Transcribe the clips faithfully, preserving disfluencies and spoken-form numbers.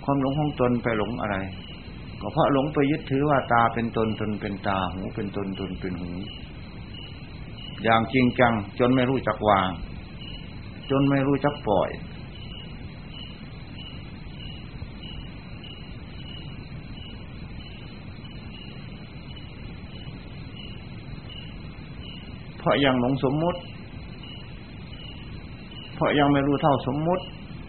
ความหลงของตนไปหลงอะไรก็เพราะหลงไปยึดถือว่าตาเป็นตนตนเป็นตาหูเป็นตนตนเป็นหูอย่างจริงจังจนไม่รู้จักวางจนไม่รู้จักปล่อยเพราะยังหลงสมมุติเพราะยังไม่รู้เท่าสมมุติ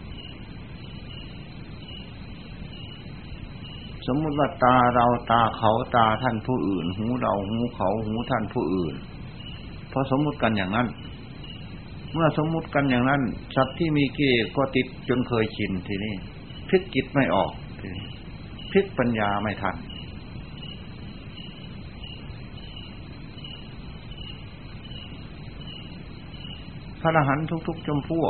สมมุติว่าตาเราตาเขาตาท่านผู้อื่นหูเราหูเขาหูท่านผู้อื่นเพราะสมมุติกันอย่างนั้นเมื่อสมมุติกันอย่างนั้นสัตว์ที่มีกิเลสก็ติดจนเคยชินทีนี้พลิกจิตไม่ออกทีนี้พลิกปัญญาไม่ทันพระอรหันต์ทุกๆจำพวก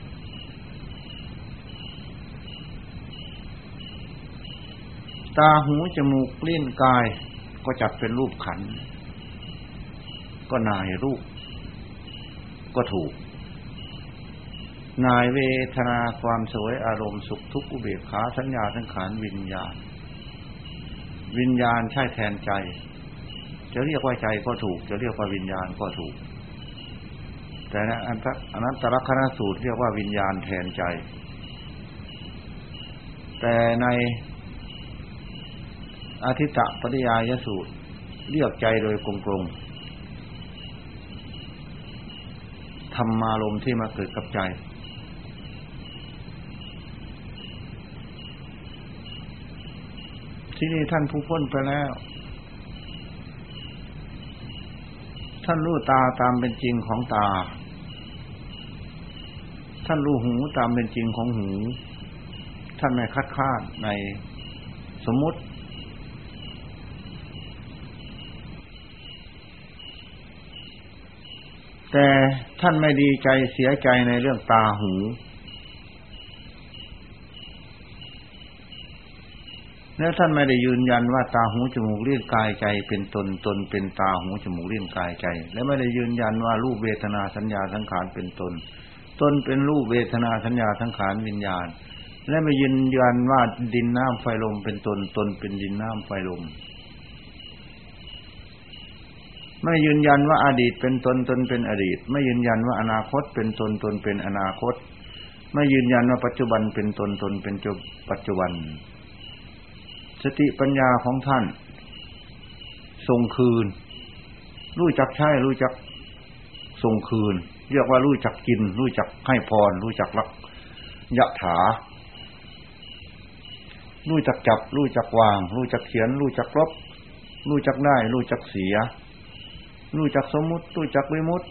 ตาหูจมูกลิ้นกายก็จัดเป็นรูปขันธ์ก็นายรูปก็ถูกนายเวทนาความสวยอารมณ์สุขทุกข์อุเบกขาสัญญาสังขารวิญญาณวิญญาณใช่แทนใจจะเรียกว่าใจก็ถูกจะเรียกว่าวิญญาณก็ถูกแต่ในอนัตตลักขณสูตรเรียกว่าวิญญาณแทนใจแต่ในอธิตตปริยายสูตรเรียกใจโดยกลมๆธรรมารมณ์ที่มาเกิดกับใจที่นี่ท่านผู้พ้นไปแล้วท่านรู้ตาตามเป็นจริงของตาท่านรู้หูตามเป็นจริงของหูท่านไม่คัดค้านในสมมุติแต่ท่านไม่ดีใจเสียใจในเรื่องตาหูและท่านไม่ได้ยืนยันว่าตาหูจมูกลิ้นกายใจเป็นตนตนเป็นตาหูจมูกลิ้นกายใจและไม่ได้ยืนยันว่ารูปเวทนาสัญญาสังขารเป็นตนตนเป็นรูปเวทนาสัญญาสังขารวิญญาณและไม่ยืนยันว่าดินน้ำไฟลมเป็นตนตนเป็นดินน้ำไฟลมไม่ยืนยันว่าอดีตเป็นตนตนเป็นอดีตไม่ยืนยันว่าอนาคตเป็นตนตนเป็นอนาคตไม่ยืนยันว่าปัจจุบันเป็นตนตนเป็นปัจจุบันสติปัญญาของท่านส่งคืนรู้จักใช้รู้จักส่งคืนเรียกว่ารู้จักกินรู้จักให้พรรู้จักรักยะถารู้จักจับรู้จักวางรู้จักเขียนรู้จักลบรู้จักได้รู้จักเสียรู้จักสมมุติรู้จักวิมุตติ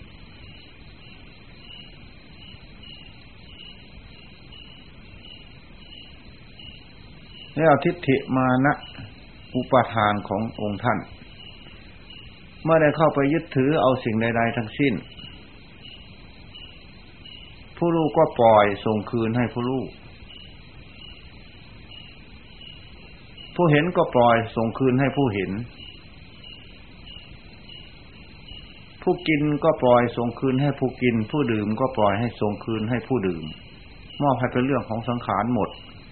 แล้วทิฏฐิมานะอุปาทานขององค์ท่านเมื่อได้เข้าไปยึดถือเอาสิ่งใดๆทั้งสิ้นผู้รู้ก็ปล่อยส่งคืนให้ผู้รู้ผู้เห็นก็ปล่อยส่งคืนให้ผู้เห็นผู้กินก็ปล่อยส่งคืนให้ผู้กินผู้ดื่มก็ปล่อยให้ส่งคืนให้ผู้ดื่มมอบให้เป็นเรื่องของสังขารหมด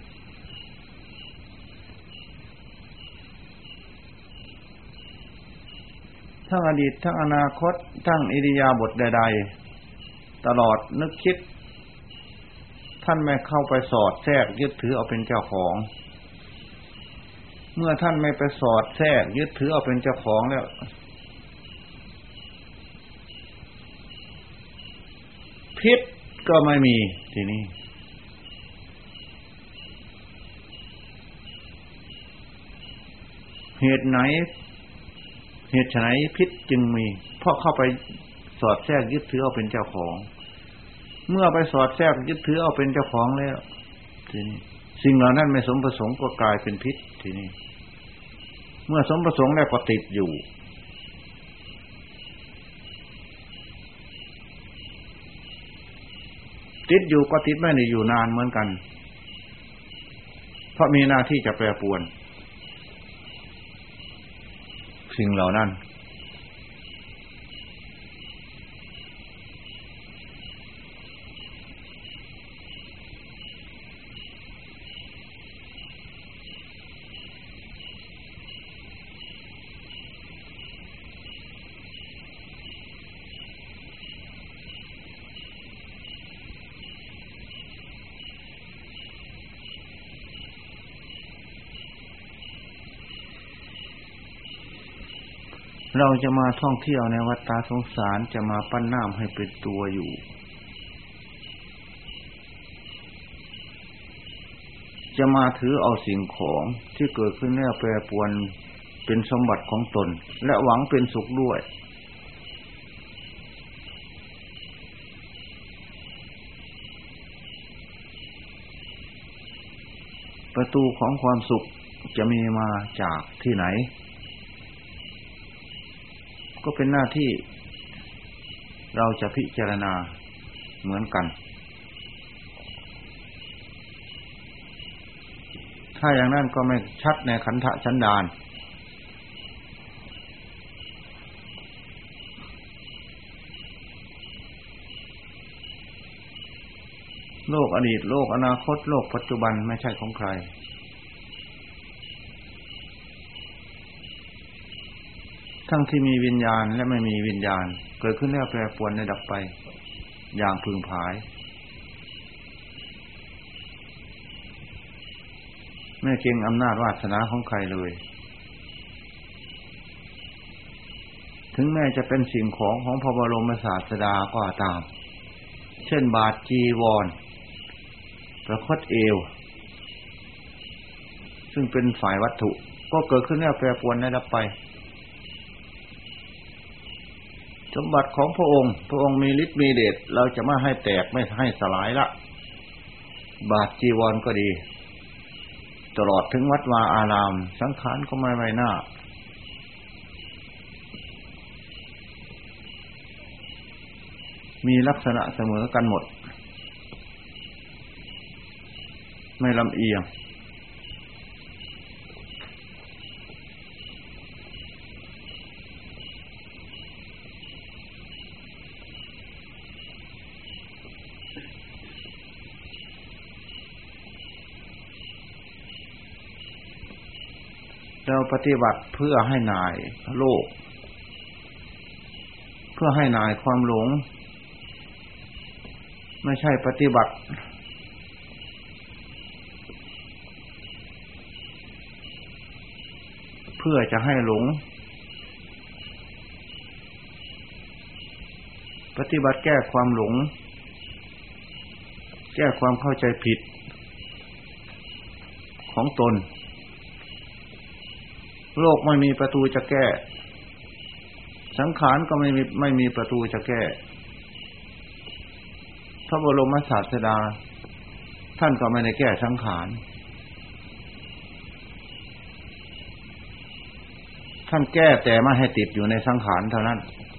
ทั้งอดีตทั้งอนาคตทั้งอิริยาบถใดๆตลอดนึกคิดท่านไม่เข้าไปสอดแทรกยึดถือเอาเป็นเจ้าของเมื่อท่านไม่ไปสอดแทรกยึดถือเอาเป็นเจ้าของแล้วพิษก็ไม่มีทีนี้เหตุไหนเหตุไหนพิษจึงมีเพราะเข้าไปสอดแทรกยึดถือเอาเป็นเจ้าของเมื่อไปสอดแทรกยึดถือเอาเป็นเจ้าของแล้วทีนี้สิ่งเหล่านั้นไม่สมประสงค์ก็กลายเป็นพิษทีนี้เมื่อสมประสงค์แล้วก็ติดอยู่ติดอยู่ก็ติดไม่ได้อยู่นานเหมือนกันเพราะมีหน้าที่จะแปรปรวนสิ่งเหล่านั้นเราจะมาท่องเที่ยวในวัฏสงสารจะมาปั้นน้ำให้เป็นตัวอยู่จะมาถือเอาสิ่งของที่เกิดขึ้นแล้วแปรปรวนเป็นสมบัติของตนและหวังเป็นสุขด้วยประตูของความสุขจะมีมาจากที่ไหนก็เป็นหน้าที่เราจะพิจารณาเหมือนกันถ้าอย่างนั้นก็ไม่ชัดในขันธสันดานโลกอดีตโลกอนาคตโลกปัจจุบันไม่ใช่ของใครทั้งที่มีวิญญาณและไม่มีวิญญาณเกิดขึ้นแล้วแปรปรวนและดับไปอย่างพึงผายไม่เกรงอำนาจวาสนาของใครเลยถึงแม้จะเป็นสิ่งของของพระบรมศาสดาก็ตามเช่นบาทจีวรประคตเอวซึ่งเป็นฝ่ายวัตถุก็เกิดขึ้นแล้วแปรปรวนและดับไปสมบัติของพระองค์พระองค์มีฤทธิ์มีเดชเราจะไม่ให้แตกไม่ให้สลายละบาทจีวรก็ดีตลอดถึงวัดวาอารามสังขารก็ไม่ไว้หน้ามีลักษณะเสมอกันหมดไม่ลำเอียงเราปฏิบัติเพื่อให้นายโลกเพื่อให้นายความหลงไม่ใช่ปฏิบัติเพื่อจะให้หลงปฏิบัติแก้ความหลงแก้ความเข้าใจผิดของตนโลกไม่มีประตูจะแก้สังขารก็ไม่มีไม่มีประตูจะแก้พระบรมศาสดาท่านก็ไม่ได้แก้สังขารท่านแก้แต่ไม่ให้ติดอยู่ในสังขารเท่านั้น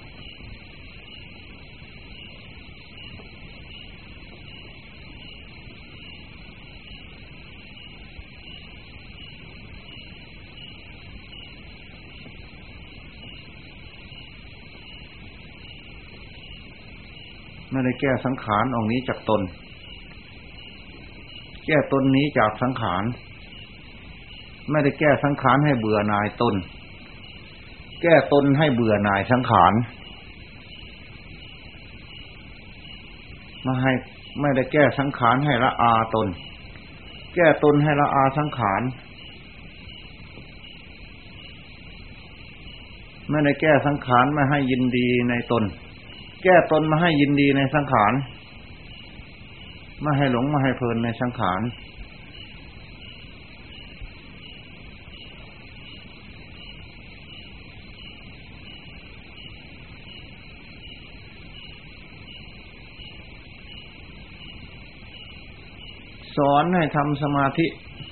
ไม่ได้แก้สังขารองค์นี้จากตนแก้ตนนี้จากสังขารไม่ได้แก้สังขารให้เบื่อหน่ายตนแก้ตนให้เบื่อหน่ายสังขารไม่ให้ไม่ได้แก้สังขารให้ละอาตนแก้ตนให้ละอาสังขารไม่ได้แก้สังขารไม่ให้ยินดีในตนแก้ตนมาให้ยินดีในสังขารไม่ให้หลงไม่ให้เพลินในสังขารสอนให้ทำสมาธิ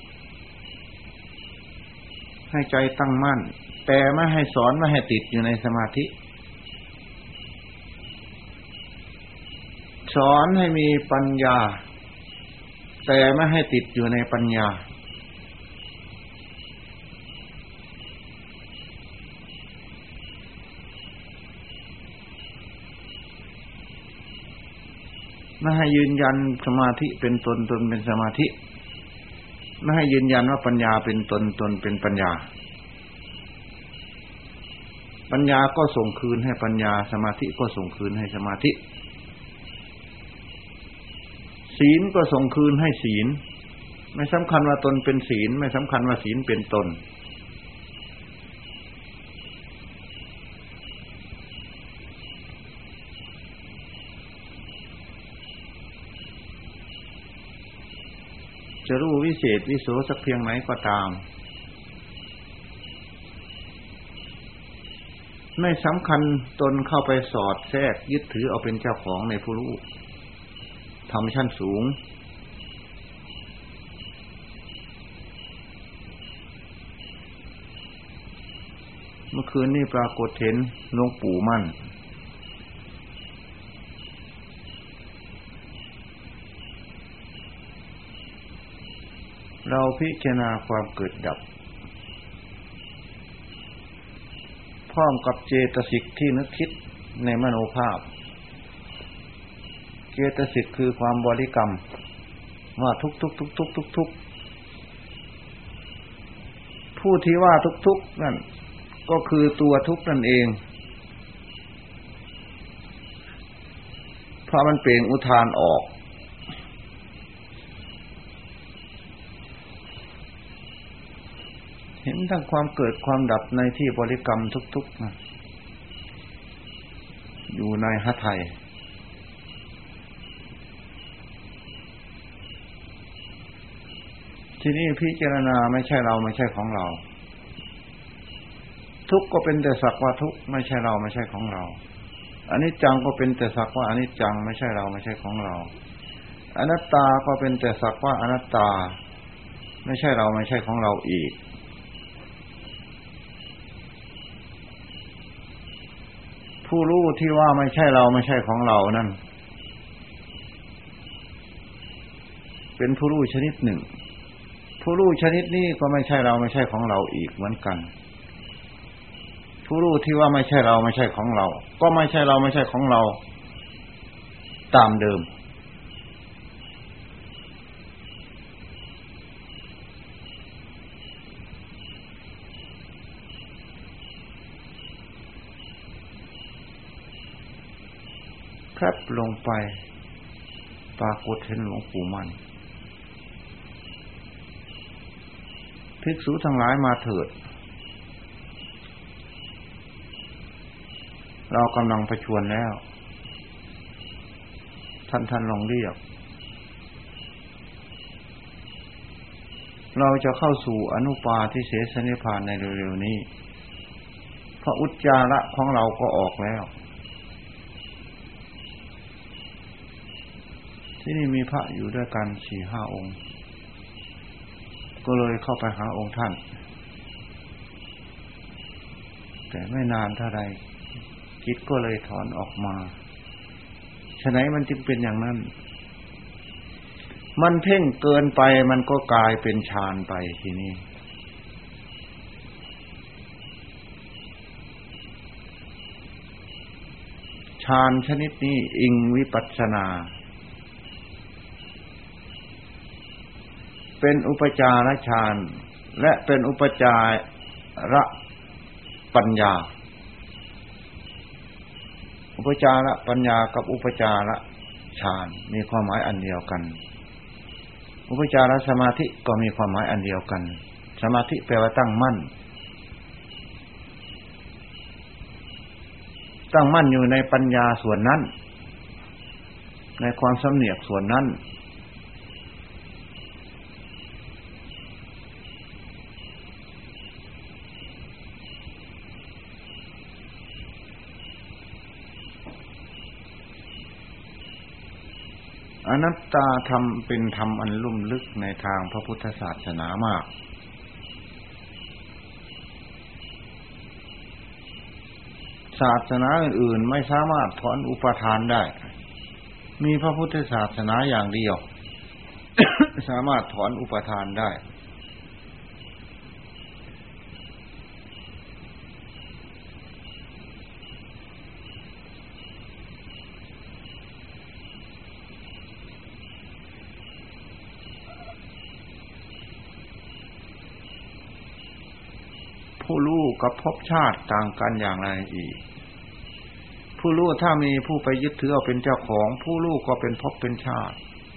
ให้ใจตั้งมั่นแต่ไม่ให้สอนไม่ให้ติดอยู่ในสมาธิสอนให้มีปัญญาแต่ไม่ให้ติดอยู่ในปัญญาไม่ให้ยืนยันสมาธิเป็นตนตนเป็นสมาธิไม่ให้ยืนยันว่าปัญญาเป็นตนตนเป็นปัญญาปัญญาก็ส่งคืนให้ปัญญาสมาธิก็ส่งคืนให้สมาธิศีลก็ส่งคืนให้ศีลไม่สำคัญว่าตนเป็นศีลไม่สำคัญว่าศีลเป็นตนจะรู้วิเศษวิโสสักเพียงไหนก็ตามไม่สำคัญตนเข้าไปสอดแทรกยึดถือเอาเป็นเจ้าของในผู้รู้ธรรมชั้นสูงเมื่อคืนนี้ปรากฏเห็นหลวงปู่มั่นเราพิจารณาความเกิดดับพร้อมกับเจตสิกที่นึกคิดในมโนภาพเจตสิกคือความบริกรรมว่าทุกทุกทุกทุกทุกทุกผู้ที่ว่าทุกทุกนั่นก็คือตัวทุกนั่นเองเพราะมันเปล่งอุทานออกเห็นทั้งความเกิดความดับในที่บริกรรมทุกๆนะอยู่ในหทัยที่นี่พิจารณาไม่ใช่เราไม่ใช่ของเราทุกข์ก็เป็นแต่สักว่าทุกข์ไม่ใช่เราไม่ใช่ของเราอนิจจังก็เป็นแต่สักว่าอนิจจังไม่ใช่เราไม่ใช่ของเราอนัตตาก็เป็นแต่สักว่าอนัตตาไม่ใช่เราไม่ใช่ของเราอีกผู้รู้ที่ว่าไม่ใช่เราไม่ใช่ของเรานั่นเป็นผู้รู้ชนิดหนึ่งผู้รู้ชนิดนี้ก็ไม่ใช่เราไม่ใช่ของเราอีกเหมือนกันผู้รู้ที่ว่าไม่ใช่เราไม่ใช่ของเราก็ไม่ใช่เราไม่ใช่ของเราตามเดิมแพรบลงไปปรากฏเห็นหลวงปู่มั่นภิกษุทั้งหลายมาเถิดเรากำลังประชวรแล้วท่านท่านลองเรียกเราจะเข้าสู่อนุปาทิเสสนิพพานในเร็วๆนี้เพราะอุจจาระของเราก็ออกแล้วที่นี่มีพระอยู่ด้วยกัน สี่ห้า องค์ก็เลยเข้าไปหาองค์ท่านแต่ไม่นานเท่าใดจิตก็เลยถอนออกมาฉะนั้นมันจึงเป็นอย่างนั้นมันเพ่งเกินไปมันก็กลายเป็นฌานไปทีนี้ฌานชนิดนี้อิงวิปัสสนาเป็นอุปจารฌานและเป็นอุปจารปัญญาอุปจารปัญญากับอุปจารฌานมีความหมายอันเดียวกันอุปจารสมาธิก็มีความหมายอันเดียวกันสมาธิแปลว่าตั้งมั่นตั้งมั่นอยู่ในปัญญาส่วนนั้นในความสำเนียกส่วนนั้นอนัตตาธรรมเป็นธรรมอันลุ่มลึกในทางพระพุทธศาสนามากศาสนาอื่นๆไม่สามารถถอนอุปทานได้มีพระพุทธศาสนาอย่างเดียว สามารถถอนอุปทานได้ผู้รู้กับภพชาติต่างกันอย่างไรอีกผู้รู้ถ้ามีผู้ไปยึดถือเอาเป็นเจ้าของผู้รู้ก็เป็นภพเป็นชาติ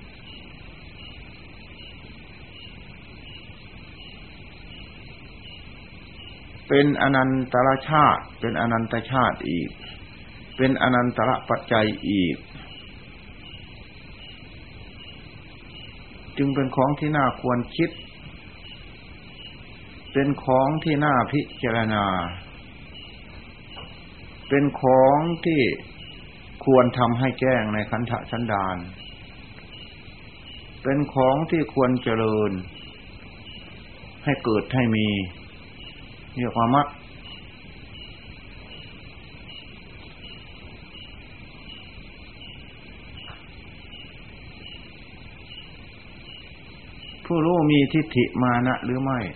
เป็นอนันตรชาติเป็นอนันตชาติอีกเป็นอนันตรปัจจัยอีกจึงเป็นของที่น่าควรคิดเป็นของที่น่าพิจารณาเป็นของที่ควรทำให้แจ้งในขันธสันดานเป็นของที่ควรเจริญให้เกิดให้มีเรียกว่ามรรคผู้รู้มีทิฏฐิมานะหรือไม่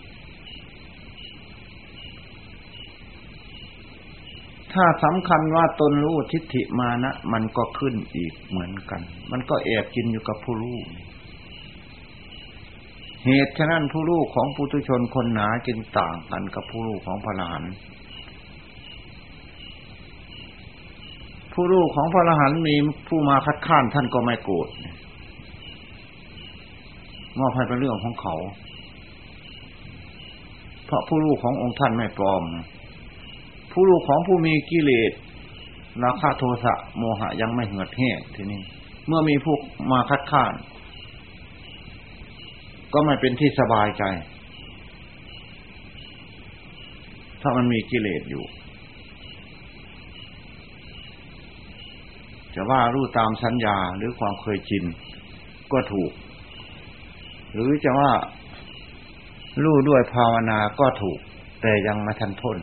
ถ้าสำคัญว่าตนรู้ทิฏฐิมานะมันก็ขึ้นอีกเหมือนกันมันก็แอบกินอยู่กับผู้รู้เหตุฉะนั้นผู้รู้ของปุถุชนคนหนาจึงต่างกันกับผู้รู้ของพระอรหันต์ผู้รู้ของพระอรหันต์มีผู้มาคัดค้านท่านก็ไม่โกรธมอบให้เป็นเรื่องของเขาเพราะผู้รู้ขององค์ท่านไม่ปลอมผู้รู้ของผู้มีกิเลสราคะโทสะโมหะยังไม่เหือดแห้งทีนี้เมื่อมีผู้มาคัดค้านก็ไม่เป็นที่สบายใจถ้ามันมีกิเลสอยู่จะว่ารู้ตามสัญญาหรือความเคยชินก็ถูกหรือจะว่ารู้ด้วยภาวนาก็ถูกแต่ยังไม่ทันพ้น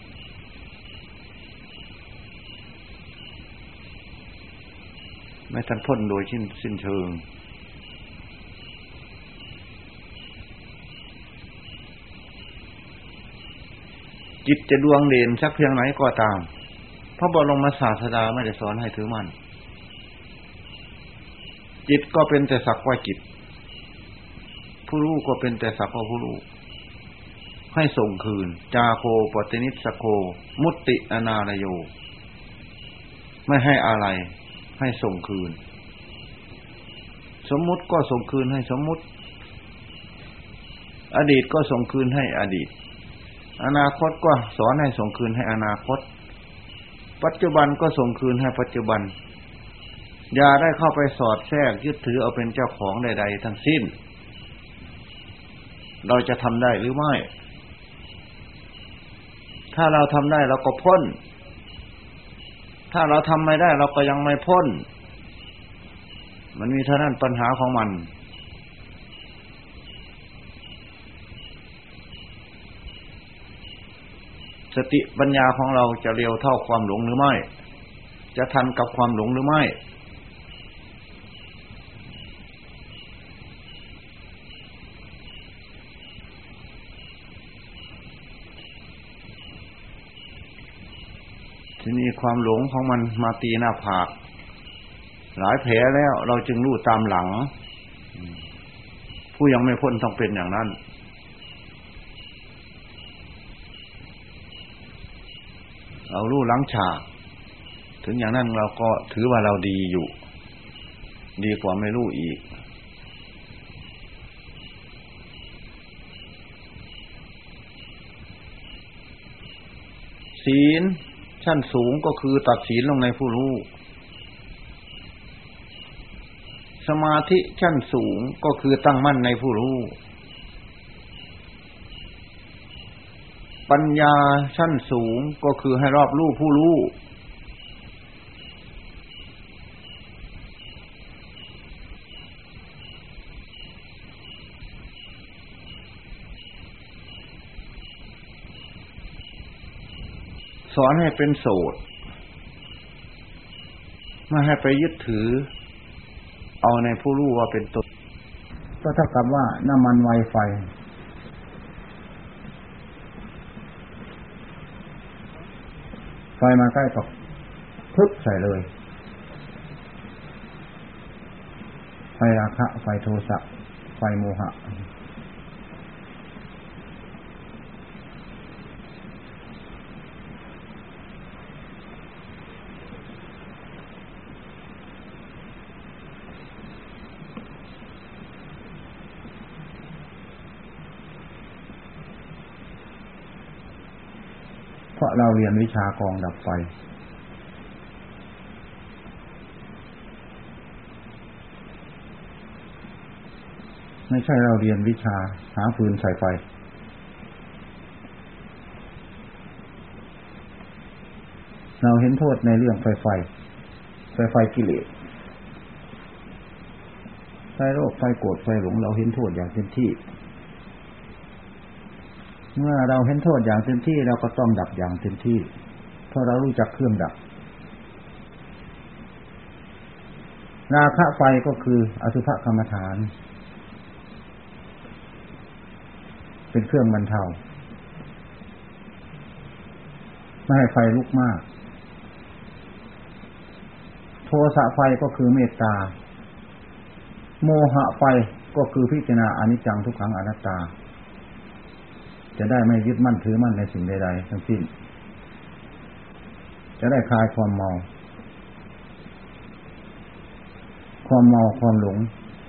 ไม่ทันพ้นโดยสิ้นสิ้นเชิงจิตจะดวงเด่นสักเพียงไหนก็ตามพระบรมศาสดาไม่ได้สอนให้ถือมั่นจิตก็เป็นแต่สักว่าจิตผู้รู้ก็เป็นแต่สักว่าผู้รู้ให้ส่งคืนจาโคปตินิสโคมุตติอนาลโยไม่ให้อะไรให้ส่งคืนสมมุติก็ส่งคืนให้สมมุติอดีตก็ส่งคืนให้อดีตอนาคตก็สอนให้ส่งคืนให้อนาคตปัจจุบันก็ส่งคืนให้ปัจจุบันอย่าได้เข้าไปสอดแทรกยึดถือเอาเป็นเจ้าของใดๆทั้งสิ้นเราจะทำได้หรือไม่ถ้าเราทำได้เราก็พ้นถ้าเราทำไม่ได้เราก็ยังไม่พ้นมันมีเท่านั้นปัญหาของมันสติปัญญาของเราจะเร็วเท่าความหลงหรือไม่จะทันกับความหลงหรือไม่ทีนี้ความหลงของมันมาตีหน้าผากหลายแผลแล้วเราจึงรู้ตามหลังผู้ยังไม่พ้นต้องเป็นอย่างนั้นเรารู้หลังฉากถึงอย่างนั้นเราก็ถือว่าเราดีอยู่ดีกว่าไม่รู้อีกศีลชั้นสูงก็คือตัดศีลลงในผู้รู้สมาธิชั้นสูงก็คือตั้งมั่นในผู้รู้ปัญญาชั้นสูงก็คือให้รอบรู้ผู้รู้สอนให้เป็นโสดไม่ให้ไปยึดถือเอาในผู้รู้ว่าเป็นตนก็เท่ากับว่าน้ำมันไวไฟไฟมาใกล้กับพึบใส่เลยไฟราคะไฟโทสะไฟโมหะเพราะเราเรียนวิชากองดับไฟไม่ใช่เราเรียนวิชาหาฟืนใส่ไฟเราเห็นโทษในเรื่องไฟไฟไฟไฟกิเลสไฟโรคไฟโกรธไฟหลงเราเห็นโทษอย่างเต็มที่เมื่อเราเห็นโทษอย่างเต็มที่เราก็ต้องดับอย่างเต็มที่เพราะเรารู้จักเครื่องดับราคะไฟก็คืออสุภกรรมฐานเป็นเครื่องบรรเทาไม่ให้ไฟลุกมากโทสะไฟก็คือเมตตาโมหะไฟก็คือพิจารณาอนิจจังทุกขังอนัตตาจะได้ไม่ยึดมั่นถือมั่นในสิ่งใดๆทั้งสิ้นจะได้คลายความเมาความเมาความหลง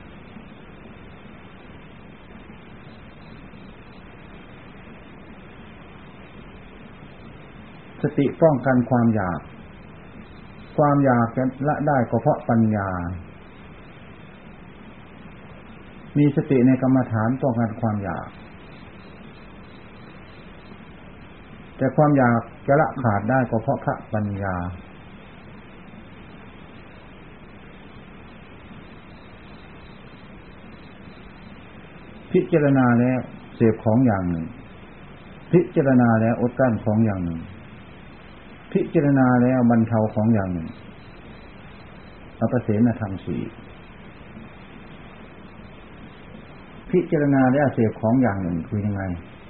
สติป้องกันความอยากความอยากจะละได้ก็เพราะปัญญามีสติในกรรมฐานป้องกันความอยากแต่ความอยากจะละขาดได้ก็เพราะพระปัญญาพิจารณาแล้วเสพของอย่างหนึ่งพิจารณาแล้วอดกลั้นของอย่างหนึ่งพิจารณาแล้วบรรเทาของอย่างหนึ่งอปเสนธรรมสี่พิจารณาแล้วเสพของอย่างหนึ่งคือยังไง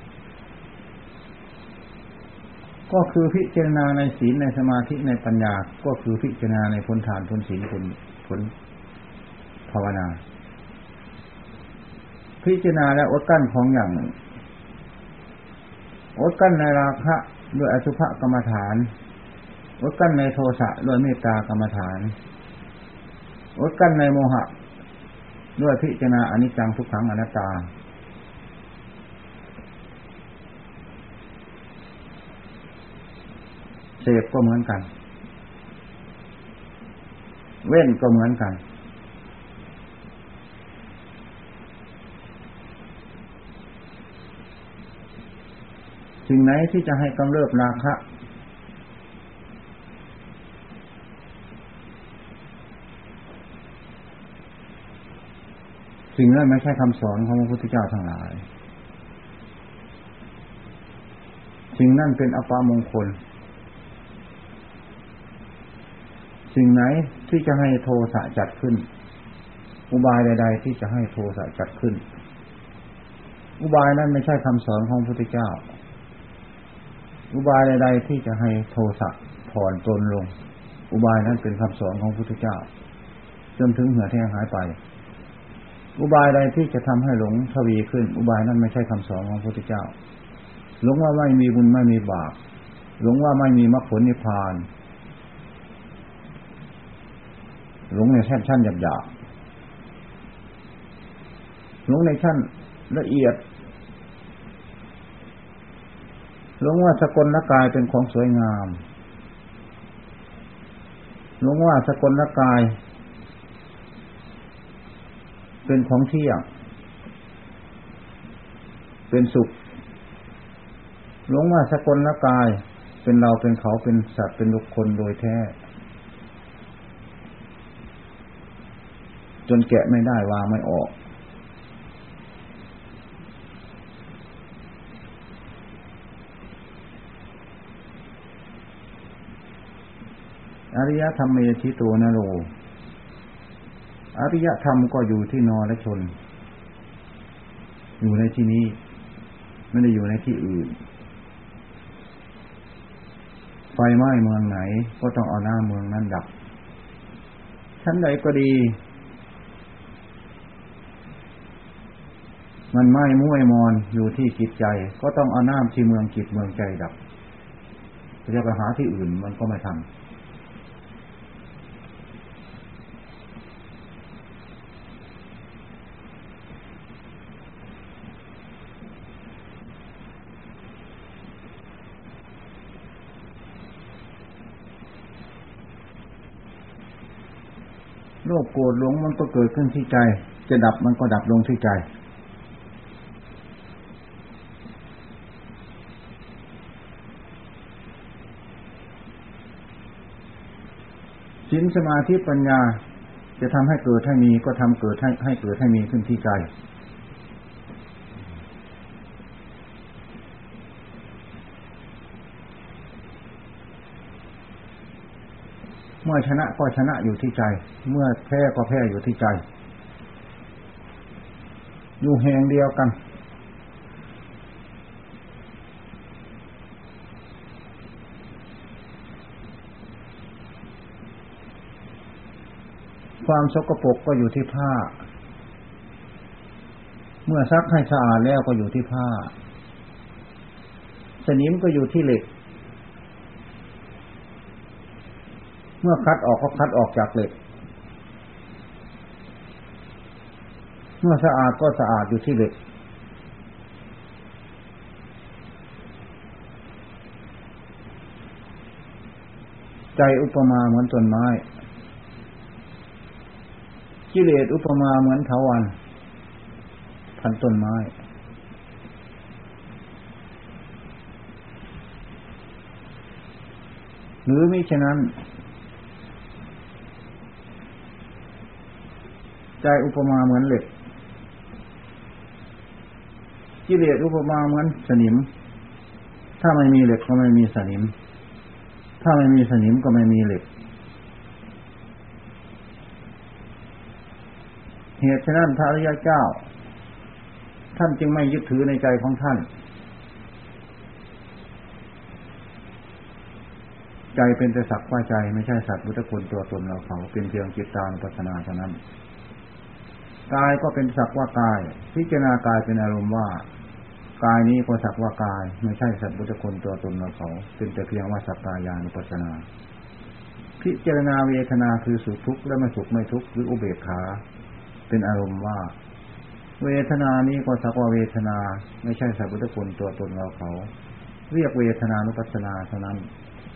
ก็คือพิจารณาในศีลในสมาธิในปัญญาก็คือพิจารณาในผลทานผลศีลผลผลภาวนาพิจารณาแล้วอดกลั้นของอย่างหนึ่งอดกลั้นในราคะด้วยอสุภกรรมฐานอดกลั้นในโทสะด้วยเมตตากรรมฐานอดกลั้นในโมหะด้วยพิจารณาอนิจจังทุกขังอนัตตาเสพก็เหมือนกันเว้นก็เหมือนกันสิ่งไหนที่จะให้กำเริบราคะสิ่งนั้นไม่ใช่คำสอนของพระพุทธเจ้าทั้งหลายสิ่งนั้นเป็นอัปมงคลสิ่งไหนที่จะให้โทสะจัดขึ้นอุบายใดๆที่จะให้โทสะจัดขึ้นอุบายนั้นไม่ใช่คำสอนของพระพุทธเจ้าอุบายใดๆที่จะให้โทสะผ่อนตนลงอุบายนั้นเป็นคำสอนของพระพุทธเจ้าจนถึงเหือดแห้งหายไปอุบายใดที่จะทำให้หลงทวีขึ้นอุบายนั้นไม่ใช่คำสอนของพระพุทธเจ้าหลงว่าไม่มีบุญไม่มีบาปหลงว่าไม่มีมรรคผลนิพพานหลงในชั้นชั้นหยาบๆหลงในชั้นละเอียดหลงว่าสกลกายเป็นของสวยงามหลงว่าสกลกายเป็นของเที่ยงเป็นสุขหลงว่าสกลกายเป็นเราเป็นเขาเป็นสัตว์เป็นบุคคลโดยแท้จนแกะไม่ได้วางไม่ออกอริยธรรมเมธิโตนโรอริยธรรมก็อยู่ที่นรชนอยู่ในที่นี้ไม่ได้อยู่ในที่อื่นไฟไหม้เมืองไหนก็ต้องเอาหน้าเมืองนั้นดับชั้นใดก็ดีมันไหม้มุ่ยมอนอยู่ที่จิตใจก็ต้องเอาน้ำที่เมืองจิตเมืองใจดับจะไปหาที่อื่นมันก็ไม่ทันโลภโกรธหลงมันก็เกิดขึ้นที่ใจจะดับมันก็ดับลงที่ใจศีลสมาธิปัญญาจะทำให้เกิดให้มีก็ทำเกิดให้ให้เกิดให้มีขึ้นที่ใจเมื่อชนะก็ชนะอยู่ที่ใจเมื่อแพ้ก็แพ้อยู่ที่ใจอยู่แห่งเดียวกันความสกปรกก็อยู่ที่ผ้าเมื่อซักให้สะอาดแล้วก็อยู่ที่ผ้าสนิมก็อยู่ที่เหล็กเมื่อคัดออกก็คัดออกจากเหล็กเมื่อสะอาดก็สะอาดอยู่ที่เหล็กใจอุปมาเหมือนต้นไม้กิเลสอุปมาเหมือนเถาวัลย์พันต้นไม้หรือมิฉะนั้นใจอุปมาเหมือนเหล็กกิเลสอุปมาเหมือนสนิมถ้าไม่มีเหล็กก็ไม่มีสนิมถ้าไม่มีสนิมก็ไม่มีเหล็กเหตุฉะนั้นพระอริยเจ้าท่านจึงไม่ยึดถือในใจของท่านใจเป็นแต่สักว่าใจไม่ใช่สัตว์บุตรคุณตัวตนเราเขาเป็นเพียงจิตตานุปัสสนาเท่านั้นกายก็เป็นสักว่ากายพิจารณากายเป็นอารมณ์ว่ากายนี้ก็สักว่ากายไม่ใช่สัตว์บุตรคุณตัวตนเราเขาเป็นแต่เพียงว่าสักกายานุปัสสนาพิจารณาเวทนาคือสุขทุกข์และไม่สุขไม่ทุกข์หรืออุเบกขาเป็นอารมณ์ว่าเวทนานี้ก็สักว่าเวทนาไม่ใช่สัพพุทธคุณตัวตนเราเขาเรียกเวทนานุปัสสนาเท่านั้น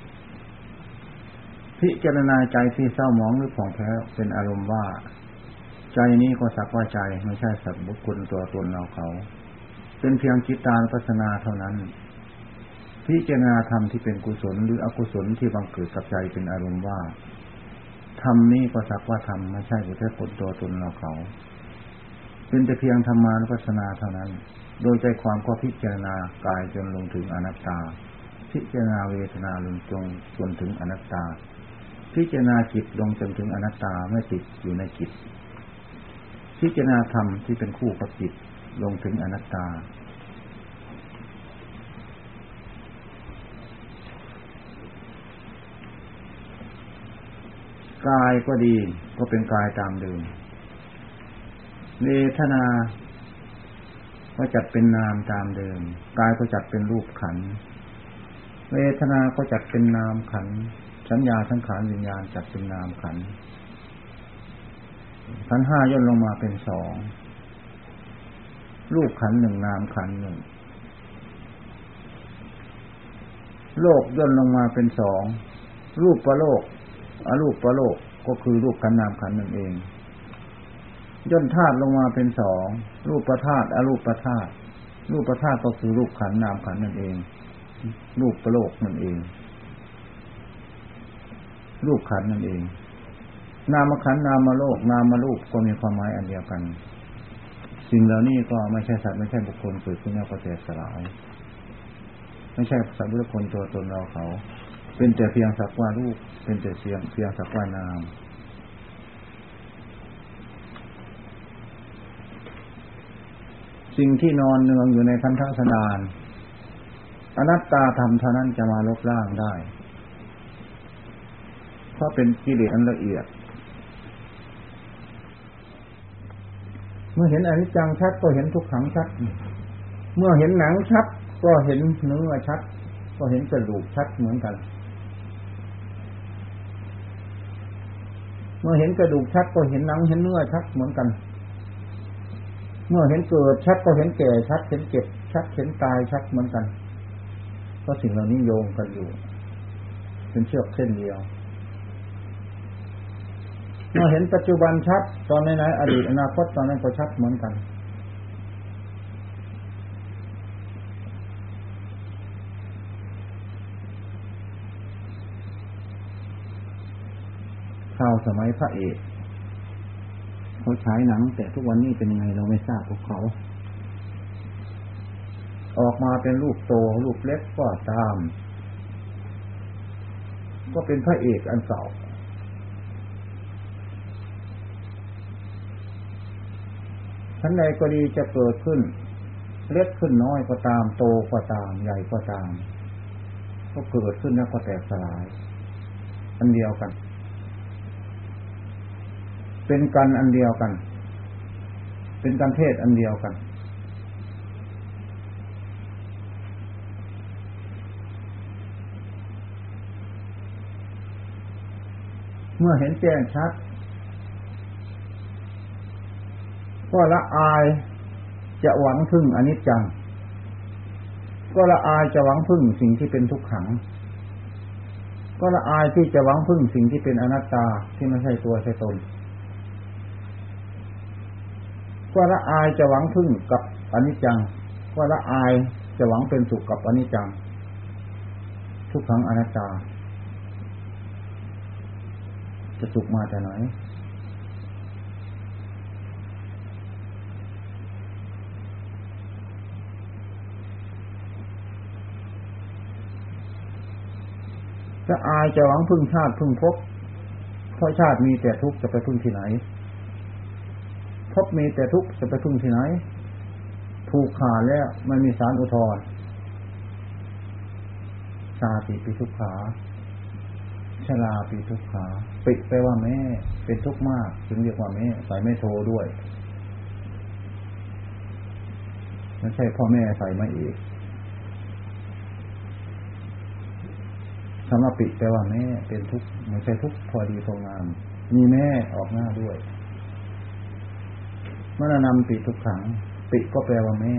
พิจารณาใจที่เศร้าหมองหรือผ่องแผ้วเป็นอารมณ์ว่าใจนี้ก็สักว่าใจไม่ใช่สัพพุทธคุณตัวตนเราเขาเป็นเพียงจิตตานุปัสสนาเท่านั้นพิจารณาธรรมที่เป็นกุศลหรืออกุศลที่บังเกิดกับใจเป็นอารมณ์ว่าธรรมนี้ก็สักว่าธรรมไม่ใช่พุทธคุณตัวตนเราเขาเป็นแต่เพียงธรรมานุปัสสนาเท่านั้นโดยใจความก็พิจารณากายจนลงถึงอนัตตาพิจารณาเวทนาลงจงจนถึงอนัตตาพิจารณาจิตลงจนถึงอนัตตาไม่ติดอยู่ในจิตพิจารณาธรรมที่เป็นคู่กับจิตลงถึงอนัตตากายก็ดีก็เป็นกายตามเดิมเวทนาก็จัดเป็นนามตามเดิมกายก็จัดเป็นรูปขันธ์เวทนาก็จัดเป็นนามขันธ์สัญญาสังขารวิญญาณจัดเป็นนามขันธ์ขันธ์ห้าย่นลงมาเป็นสองรูปขันธ์หนึ่งนามขันธ์หนึ่งโลกย่นลงมาเป็นสองรูปประโลกอรูปประโลกก็คือรูปขันธ์นามขันธ์นั่นเองย่นธาตุลงมาเป็นสองรูปธาตุอรูปธาตุรูปธาตุก็คือรูปขันธ์นามขันธ์นั่นเองรูปประโลกนั่นเองรูปขันธ์นั่นเองนามขันธ์นามโลกนามรูปก็มีความหมายอันเดียวกันสิ่งเหล่านี้ก็ไม่ใช่สัตว์ไม่ใช่บุคคลเกิดขึ้นแล้วก็แตกสลายไม่ใช่สัตว์บุคคลตัวตนเราเขาเป็นแต่เพียงสักว่ารูปเป็นแต่เพียงเพียงสักว่านามสิ่งที่นอนเนืองอยู่ในคันธสันดานอนัตตาธรรมเท่านั้นจะมาลบล้างได้เพราะเป็นกิเลสอันละเอียดเมื่อเห็นอนิจจังชัดก็เห็นทุกขังชัดเมื่อเห็นหนังชัดก็เห็นเนื้อชัดก็เห็นกระดูกชัดเหมือนกันเมื่อเห็นกระดูกชัดก็เห็นหนังเห็นเนื้อชัดเหมือนกันเมื่อเห็นเกิดชัดก็เห็นแก่ชัดเห็นเจ็บชัดเห็นตายชัดเหมือนกันเพราะสิ่งเหล่านี้โยงกันอยู่เป็นเชือกเส้นเดียวเมื่อเห็นปัจจุบันชัดตอนไหนๆอดีตอนาคตตอนนั้นก็ชัดเหมือนกันชาวสมัยพระเอกเขาฉายหนังแต่ทุกวันนี้เป็นยังไงเราไม่ทราบพวกเขาออกมาเป็นรูปโตรูปเล็กก็ตามก็เป็นพระเอกอันเก่าชั้นใดก็ดีจะเกิดขึ้นเล็กขึ้นน้อยก็ตามโตก็ตามใหญ่ก็ตามก็เกิดขึ้นแล้วก็แตกสลายอันเดียวกันเป็นกันอันเดียวกันเป็นกันเทศอันเดียวกันเมื่อเห็นแจ้งชัดก็ละอายจะหวังพึ่งอนิจจังก็ละอายจะหวังพึ่งสิ่งที่เป็นทุกขังก็ละอายที่จะหวังพึ่งสิ่งที่เป็นอนัตตาที่ไม่ใช่ตัวใช่ตนก็ละอายจะหวังพึ่งกับอนิจจังก็ละอายจะหวังเป็นสุขกับอนิจจังทุกขังอนัตตาจะสุขมาแต่ไหนจะอายจะหวังพึ่งชาติพึ่งภพเพราะชาติมีแต่ทุกข์จะไปพึ่งที่ไหนภพมีแต่ทุกข์จะไปพึ่งที่ไหนถูกขาดแล้วไม่มีศาลอุทธรณ์ชาติปิทุกขาชราปิทุกขาปิแปลว่าแม่เป็นทุกข์มากจึงเรียกว่าแม่ใส่ไม่โทด้วยไม่ใช่พ่อแม่ใส่มาอีกคำว่าปิแปลว่าแม่เป็นทุกข์ไม่ใช่ทุกข์พอดีพองามมีแม่ออกหน้าด้วยเมื่อนำปิทุกขังปิก็แปลว่าแม่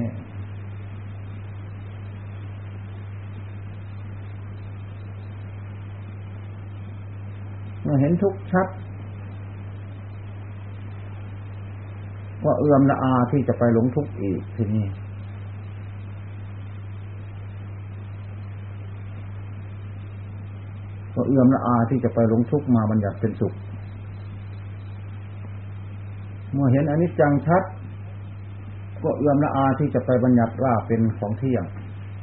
เมื่อเห็นทุกข์ชัดว่าเอื้อมละอาที่จะไปหลงทุกข์อีกทีนี้ก็เอื้อมละอาที่จะไปหลงทุกข์มาบัญญัติเป็นสุขเมื่อเห็นอนิจจังชัดก็เอื้อมละอาที่จะไปบัญญัติว่าเป็นของเที่ยง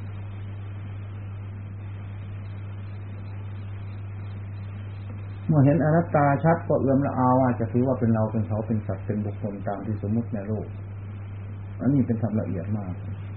เมื่อเห็นอนัตตาชัดก็เอื้อมละอาว่าจะถือว่าเป็นเราเป็นเขาเป็นสัตว์เป็นบุคคลตามที่สมมุติในโลกอันนี้เป็นธรรมละเอียดมาก